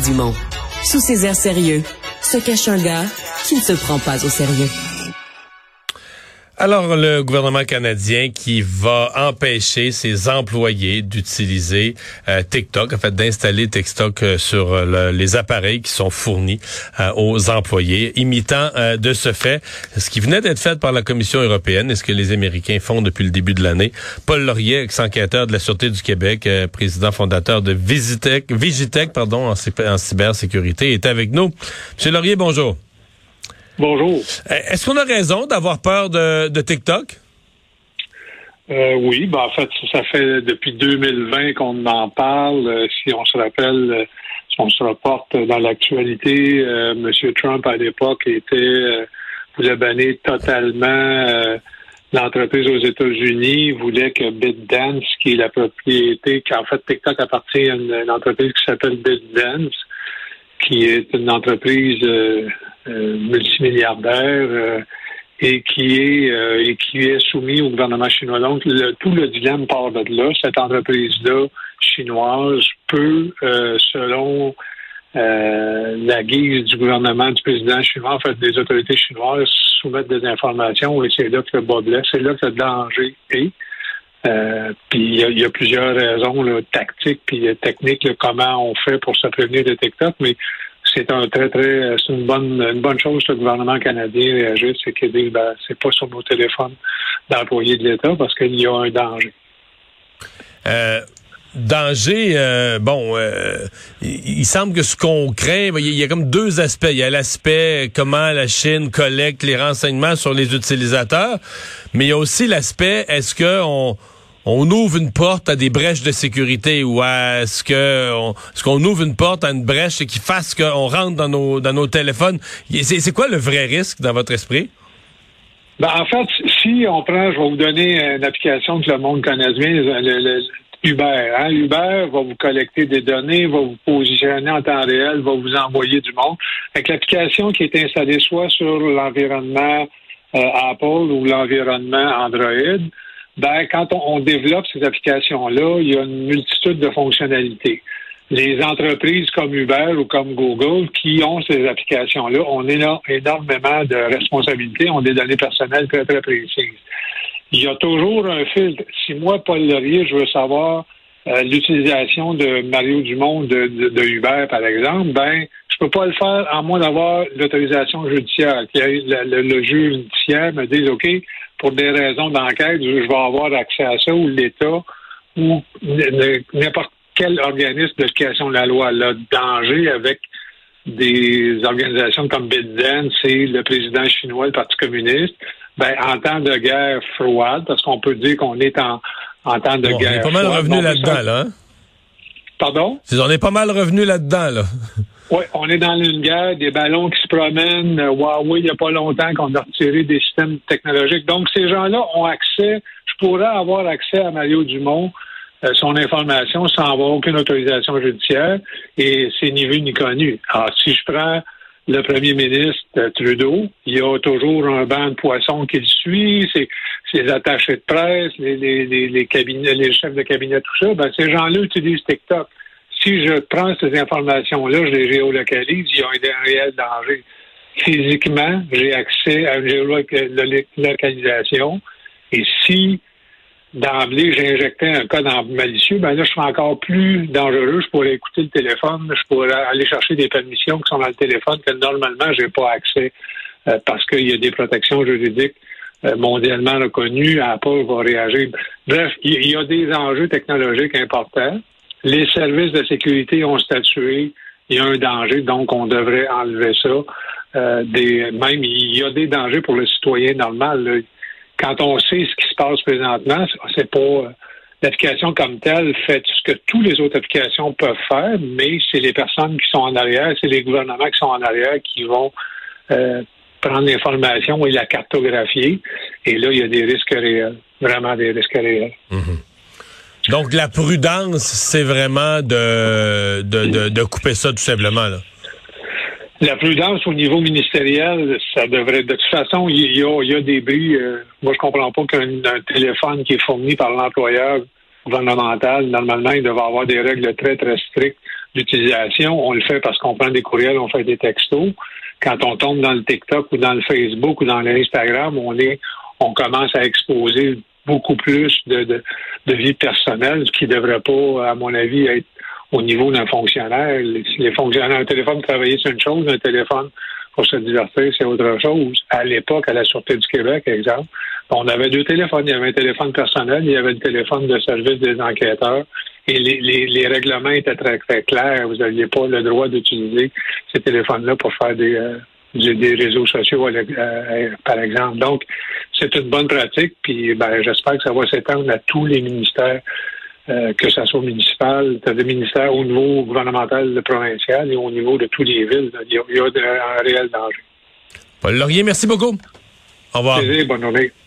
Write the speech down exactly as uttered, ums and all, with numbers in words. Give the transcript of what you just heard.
Dumont. Sous ses airs sérieux, se cache un gars qui ne se prend pas au sérieux. Alors, le gouvernement canadien qui va empêcher ses employés d'utiliser euh, TikTok, en fait, d'installer TikTok euh, sur euh, le, les appareils qui sont fournis euh, aux employés, imitant euh, de ce fait ce qui venait d'être fait par la Commission européenne et ce que les Américains font depuis le début de l'année. Paul Laurier, ex-enquêteur de la Sûreté du Québec, euh, président fondateur de Visitech, Vigitech, pardon, en, en cybersécurité, est avec nous. Monsieur Laurier, bonjour. Bonjour. Est-ce qu'on a raison d'avoir peur de, de TikTok? Euh, oui, ben en fait, ça fait depuis deux mille vingt qu'on en parle. Euh, si on se rappelle, euh, si on se reporte dans l'actualité, euh, M. Trump, à l'époque, était euh, voulait bannir totalement euh, l'entreprise aux États-Unis, voulait que ByteDance, qui est la propriété, qu'en fait TikTok appartient à une, une entreprise qui s'appelle ByteDance, qui est une entreprise euh, euh, multimilliardaire euh, et qui est euh, et qui est soumise au gouvernement chinois. Donc, le, tout le dilemme part de là. Cette entreprise-là, chinoise, peut, euh, selon euh, la guise du gouvernement du président chinois, en fait, des autorités chinoises, soumettre des informations, et c'est là que le bas blesse, c'est là que le danger est. Euh, puis il y, y a plusieurs raisons là, tactiques puis techniques, là, comment on fait pour se prévenir de TikTok, mais c'est un très très c'est une bonne une bonne chose que le gouvernement canadien réagisse, c'est qu'il dit ben c'est pas sur nos téléphones d'employés de l'État parce qu'il y a un danger. Euh... Danger, euh, bon, euh, il, il semble que ce qu'on craint, il y a comme deux aspects. Il y a l'aspect comment la Chine collecte les renseignements sur les utilisateurs, mais il y a aussi l'aspect est-ce que on, on ouvre une porte à des brèches de sécurité ou est-ce que on, est-ce qu'on ouvre une porte à une brèche qui fasse qu'on rentre dans nos dans nos téléphones. C'est, c'est quoi le vrai risque dans votre esprit? Ben en fait, si on prend, je vais vous donner une application que le monde connaît bien, le, le Uber. Hein? Uber va vous collecter des données, va vous positionner en temps réel, va vous envoyer du monde. Avec l'application qui est installée soit sur l'environnement euh, Apple ou l'environnement Android, ben quand on, on développe ces applications-là, il y a une multitude de fonctionnalités. Les entreprises comme Uber ou comme Google qui ont ces applications-là ont éno- énormément de responsabilités, ont des données personnelles très, très précises. Il y a toujours un filtre. Si moi, Paul Laurier, je veux savoir euh, l'utilisation de Mario Dumont de, de, de Uber, par exemple, ben, je peux pas le faire à moins d'avoir l'autorisation judiciaire. Que le, le, le juge judiciaire me dise, OK, pour des raisons d'enquête, je vais avoir accès à ça, ou l'État, ou n'importe quel organisme d'application de la loi. Le danger avec des organisations comme ByteDance et le président chinois, le Parti communiste, ben, en temps de guerre froide, parce qu'on peut dire qu'on est en, en temps de bon, guerre froide. On est pas mal revenu là-dedans, ça... là. Hein? Pardon? C'est, on est pas mal revenu là-dedans, là. Oui, on est dans une guerre, des ballons qui se promènent. Huawei, il n'y a pas longtemps qu'on a retiré des systèmes technologiques. Donc, ces gens-là ont accès. Je pourrais avoir accès à Mario Dumont, euh, son information, sans avoir aucune autorisation judiciaire. Et c'est ni vu ni connu. Alors, si je prends le premier ministre Trudeau, il y a toujours un banc de poissons qui le suit, ses, ses attachés de presse, les, les, les, les cabinets, les chefs de cabinet, tout ça. Ben, ces gens-là utilisent TikTok. Si je prends ces informations-là, je les géolocalise, il y a un réel danger. Physiquement, j'ai accès à une géolocalisation. Et si d'emblée, j'ai injecté un code malicieux, ben là, je suis encore plus dangereux. Je pourrais écouter le téléphone, je pourrais aller chercher des permissions qui sont dans le téléphone que normalement, j'ai pas accès euh, parce qu'il y a des protections juridiques euh, mondialement reconnues. Apple va réagir. Bref, il y a des enjeux technologiques importants. Les services de sécurité ont statué. Il y a un danger, donc on devrait enlever ça. Euh, des, même, il y a des dangers pour le citoyen normal, là. Quand on sait ce qui se passe présentement, c'est pas l'application comme telle fait ce que toutes les autres applications peuvent faire, mais c'est les personnes qui sont en arrière, c'est les gouvernements qui sont en arrière qui vont euh, prendre l'information et la cartographier. Et là, il y a des risques réels, vraiment des risques réels. Mmh. Donc, la prudence, c'est vraiment de, de, de, de couper ça tout simplement, là. La prudence au niveau ministériel, ça devrait... De toute façon, il y a, il y a des bris. Euh, moi, je comprends pas qu'un un téléphone qui est fourni par l'employeur gouvernemental, normalement, il devrait avoir des règles très, très strictes d'utilisation. On le fait parce qu'on prend des courriels, on fait des textos. Quand on tombe dans le TikTok ou dans le Facebook ou dans l'Instagram, on est, on commence à exposer beaucoup plus de, de, de vie personnelle, ce qui ne devrait pas, à mon avis, être au niveau d'un fonctionnaire. Les, les fonctionnaires, un téléphone pour travailler, c'est une chose, un téléphone pour se divertir, c'est autre chose. À l'époque, à la Sûreté du Québec, exemple, on avait deux téléphones. Il y avait un téléphone personnel, il y avait le téléphone de service des enquêteurs. Et les, les, les règlements étaient très, très clairs. Vous n'aviez pas le droit d'utiliser ces téléphones-là pour faire des, euh, des, des réseaux sociaux, euh, par exemple. Donc, c'est une bonne pratique. Puis, ben, j'espère que ça va s'étendre à tous les ministères, euh, que ce soit municipal, des ministères au niveau gouvernemental, provincial et au niveau de toutes les villes. Il y a, il y a un réel danger. Paul Laurier, merci beaucoup. Au revoir. Plaisir, bonne journée.